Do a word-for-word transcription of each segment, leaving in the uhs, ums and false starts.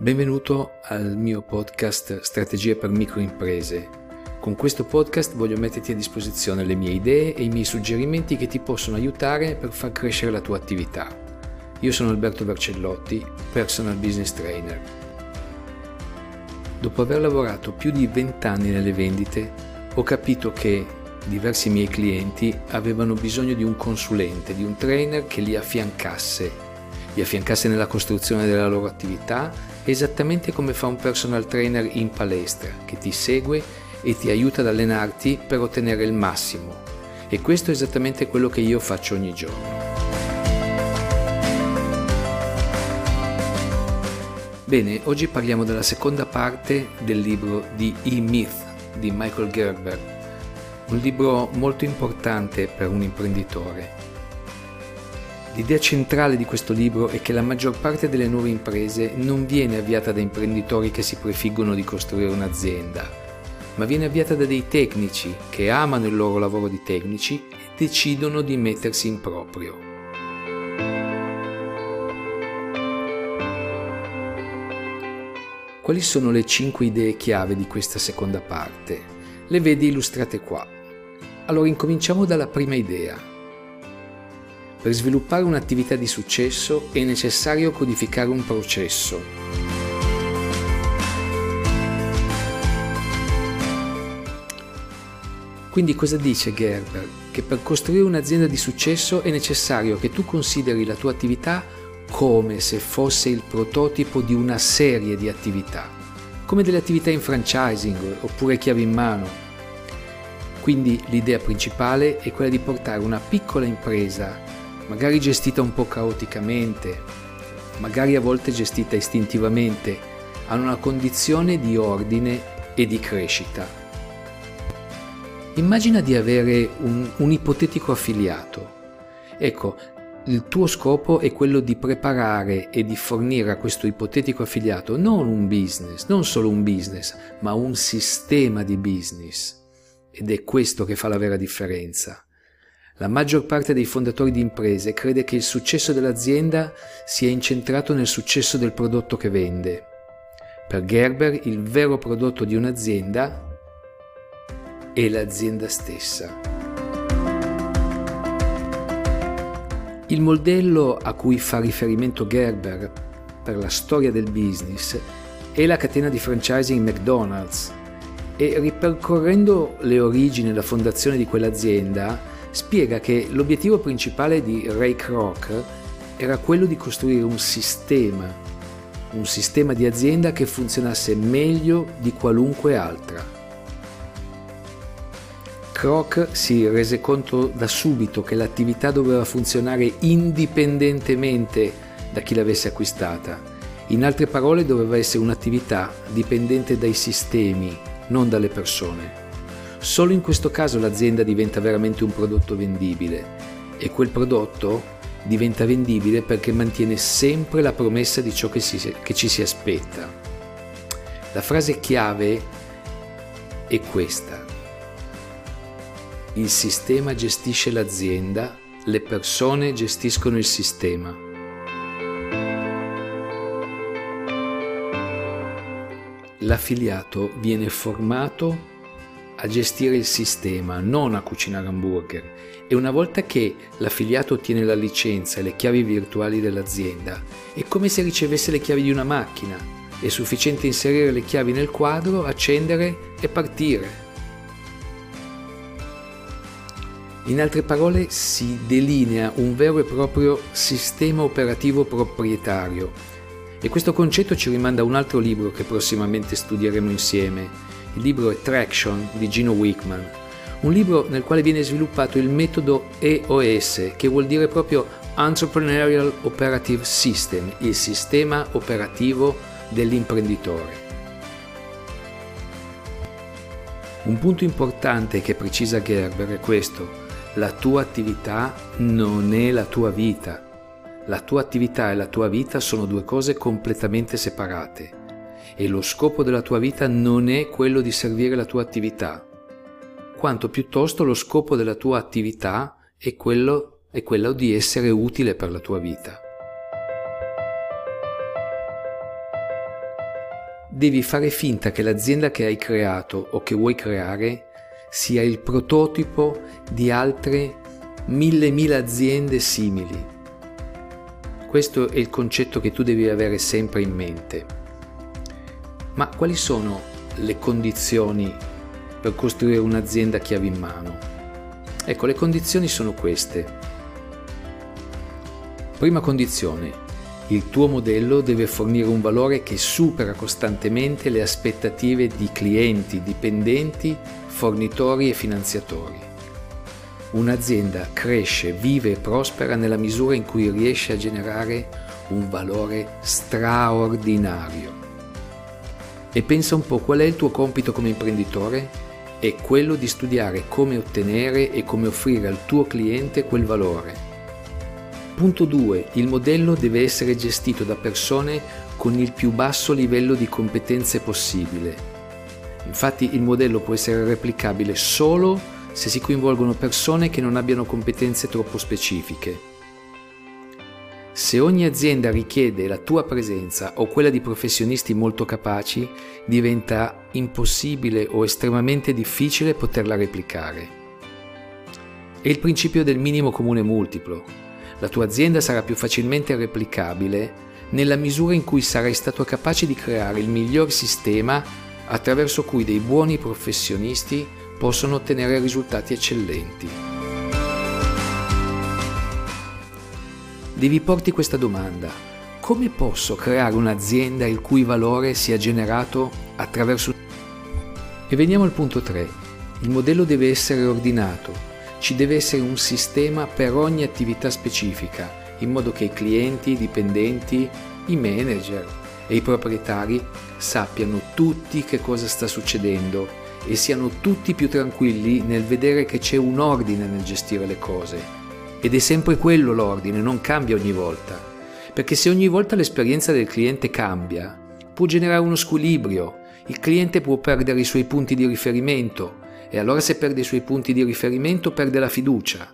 Benvenuto al mio podcast Strategie per microimprese. Con questo podcast voglio metterti a disposizione le mie idee e i miei suggerimenti che ti possono aiutare per far crescere la tua attività. Io sono Alberto Vercellotti, Personal Business Trainer. Dopo aver lavorato più di venti anni nelle vendite, ho capito che diversi miei clienti avevano bisogno di un consulente, di un trainer che li affiancasse, li affiancasse nella costruzione della loro attività, esattamente come fa un personal trainer in palestra, che ti segue e ti aiuta ad allenarti per ottenere il massimo. E questo è esattamente quello che io faccio ogni giorno. Bene, oggi parliamo della seconda parte del libro di E-Myth di Michael Gerber, un libro molto importante per un imprenditore. L'idea centrale di questo libro è che la maggior parte delle nuove imprese non viene avviata da imprenditori che si prefiggono di costruire un'azienda, ma viene avviata da dei tecnici che amano il loro lavoro di tecnici e decidono di mettersi in proprio. Quali sono le cinque idee chiave di questa seconda parte? Le vedi illustrate qua. Allora incominciamo dalla prima idea. Per sviluppare un'attività di successo è necessario codificare un processo. Quindi cosa dice Gerber? Che per costruire un'azienda di successo è necessario che tu consideri la tua attività come se fosse il prototipo di una serie di attività, come delle attività in franchising oppure chiavi in mano. Quindi l'idea principale è quella di portare una piccola impresa, magari gestita un po' caoticamente, magari a volte gestita istintivamente, a una condizione di ordine e di crescita. Immagina di avere un, un ipotetico affiliato. Ecco, il tuo scopo è quello di preparare e di fornire a questo ipotetico affiliato non un business, non solo un business, ma un sistema di business. Ed è questo che fa la vera differenza. La maggior parte dei fondatori di imprese crede che il successo dell'azienda sia incentrato nel successo del prodotto che vende. Per Gerber, il vero prodotto di un'azienda è l'azienda stessa. Il modello a cui fa riferimento Gerber per la storia del business è la catena di franchising McDonald's e, ripercorrendo le origini e la fondazione di quell'azienda, spiega che l'obiettivo principale di Ray Kroc era quello di costruire un sistema, un sistema di azienda che funzionasse meglio di qualunque altra. Kroc si rese conto da subito che l'attività doveva funzionare indipendentemente da chi l'avesse acquistata. In altre parole, doveva essere un'attività dipendente dai sistemi, non dalle persone. Solo in questo caso l'azienda diventa veramente un prodotto vendibile e quel prodotto diventa vendibile perché mantiene sempre la promessa di ciò che, si, che ci si aspetta. La frase chiave è questa: il sistema gestisce l'azienda, le persone gestiscono il sistema. L'affiliato viene formato a gestire il sistema, non a cucinare hamburger, e una volta che l'affiliato ottiene la licenza e le chiavi virtuali dell'azienda, è come se ricevesse le chiavi di una macchina. È sufficiente inserire le chiavi nel quadro, accendere e partire. In altre parole, si delinea un vero e proprio sistema operativo proprietario. E questo concetto ci rimanda a un altro libro che prossimamente studieremo insieme. Il libro è Traction di Gino Wickman, un libro nel quale viene sviluppato il metodo E O S, che vuol dire proprio Entrepreneurial Operative System, il sistema operativo dell'imprenditore. Un punto importante che precisa Gerber è questo: la tua attività non è la tua vita. La tua attività e la tua vita sono due cose completamente separate. E lo scopo della tua vita non è quello di servire la tua attività, quanto piuttosto lo scopo della tua attività è quello, è quello di essere utile per la tua vita. devi fare finta che l'azienda che hai creato o che vuoi creare sia il prototipo di altre mille mila aziende simili. Questo è il concetto che tu devi avere sempre in mente. Ma quali sono le condizioni per costruire un'azienda chiave in mano? Ecco, le condizioni sono queste. Prima condizione: il tuo modello deve fornire un valore che supera costantemente le aspettative di clienti, dipendenti, fornitori e finanziatori. Un'azienda cresce, vive e prospera nella misura in cui riesce a generare un valore straordinario. E pensa un po' qual è il tuo compito come imprenditore? È quello di studiare come ottenere e come offrire al tuo cliente quel valore. Punto due. Il modello deve essere gestito da persone con il più basso livello di competenze possibile. Infatti il modello può essere replicabile solo se si coinvolgono persone che non abbiano competenze troppo specifiche. Se ogni azienda richiede la tua presenza o quella di professionisti molto capaci, diventa impossibile o estremamente difficile poterla replicare. È il principio del minimo comune multiplo. La tua azienda sarà più facilmente replicabile nella misura in cui sarai stato capace di creare il miglior sistema attraverso cui dei buoni professionisti possono ottenere risultati eccellenti. Devi porti questa domanda: come posso creare un'azienda il cui valore sia generato attraverso... E veniamo al punto tre. Il modello deve essere ordinato. Ci deve essere un sistema per ogni attività specifica, in modo che i clienti, i dipendenti, i manager e i proprietari sappiano tutti che cosa sta succedendo e siano tutti più tranquilli nel vedere che c'è un ordine nel gestire le cose. Ed è sempre quello l'ordine, non cambia ogni volta. Perché se ogni volta l'esperienza del cliente cambia, può generare uno squilibrio, il cliente può perdere i suoi punti di riferimento, e allora se perde i suoi punti di riferimento perde la fiducia.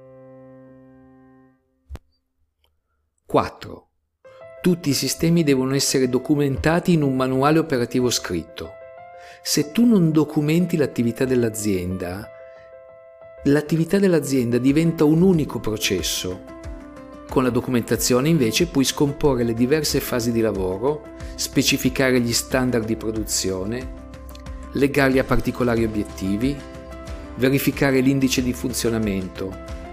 quattro. Tutti i sistemi devono essere documentati in un manuale operativo scritto. Se tu non documenti l'attività dell'azienda, l'attività dell'azienda diventa un unico processo. Con la documentazione invece puoi scomporre le diverse fasi di lavoro, specificare gli standard di produzione, legarli a particolari obiettivi, verificare l'indice di funzionamento.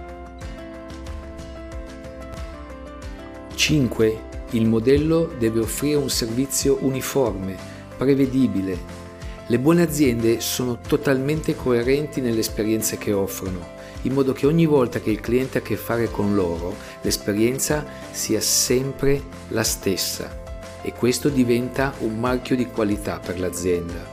cinque. Il modello deve offrire un servizio uniforme, prevedibile. Le buone aziende sono totalmente coerenti nelle esperienze che offrono, in modo che ogni volta che il cliente ha a che fare con loro, l'esperienza sia sempre la stessa e questo diventa un marchio di qualità per l'azienda.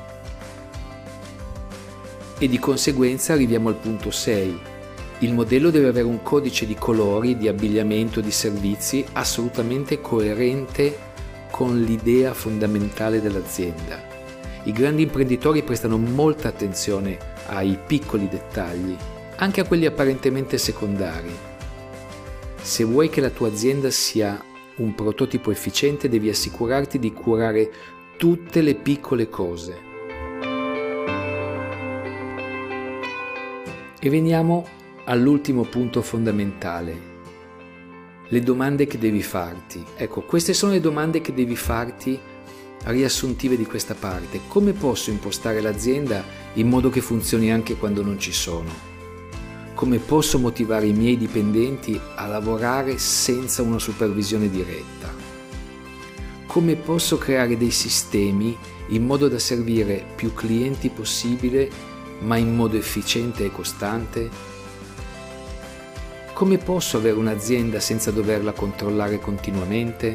E di conseguenza arriviamo al punto sei. Il modello deve avere un codice di colori, di abbigliamento, di servizi assolutamente coerente con l'idea fondamentale dell'azienda. I grandi imprenditori prestano molta attenzione ai piccoli dettagli, anche a quelli apparentemente secondari. Se vuoi che la tua azienda sia un prototipo efficiente, devi assicurarti di curare tutte le piccole cose. E veniamo all'ultimo punto fondamentale, le domande che devi farti. Ecco, queste sono le domande che devi farti riassuntive di questa parte. Come posso impostare l'azienda in modo che funzioni anche quando non ci sono? Come posso motivare i miei dipendenti a lavorare senza una supervisione diretta? Come posso creare dei sistemi in modo da servire più clienti possibile ma in modo efficiente e costante? Come posso avere un'azienda senza doverla controllare continuamente?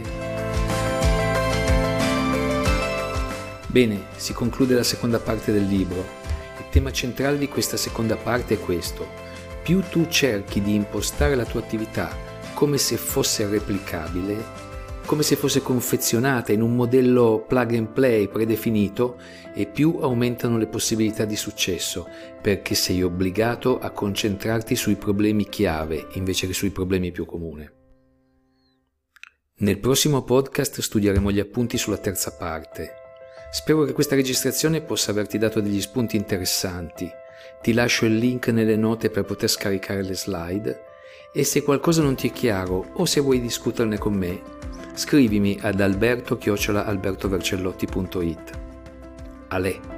Bene, si conclude la seconda parte del libro. Il tema centrale di questa seconda parte è questo: più tu cerchi di impostare la tua attività come se fosse replicabile, come se fosse confezionata in un modello plug and play predefinito, e più aumentano le possibilità di successo, perché sei obbligato a concentrarti sui problemi chiave invece che sui problemi più comuni. Nel prossimo podcast studieremo gli appunti sulla terza parte. Spero che questa registrazione possa averti dato degli spunti interessanti. Ti lascio il link nelle note per poter scaricare le slide e se qualcosa non ti è chiaro o se vuoi discuterne con me, scrivimi ad alberto chiocciola albertovercellotti punto it. Ale!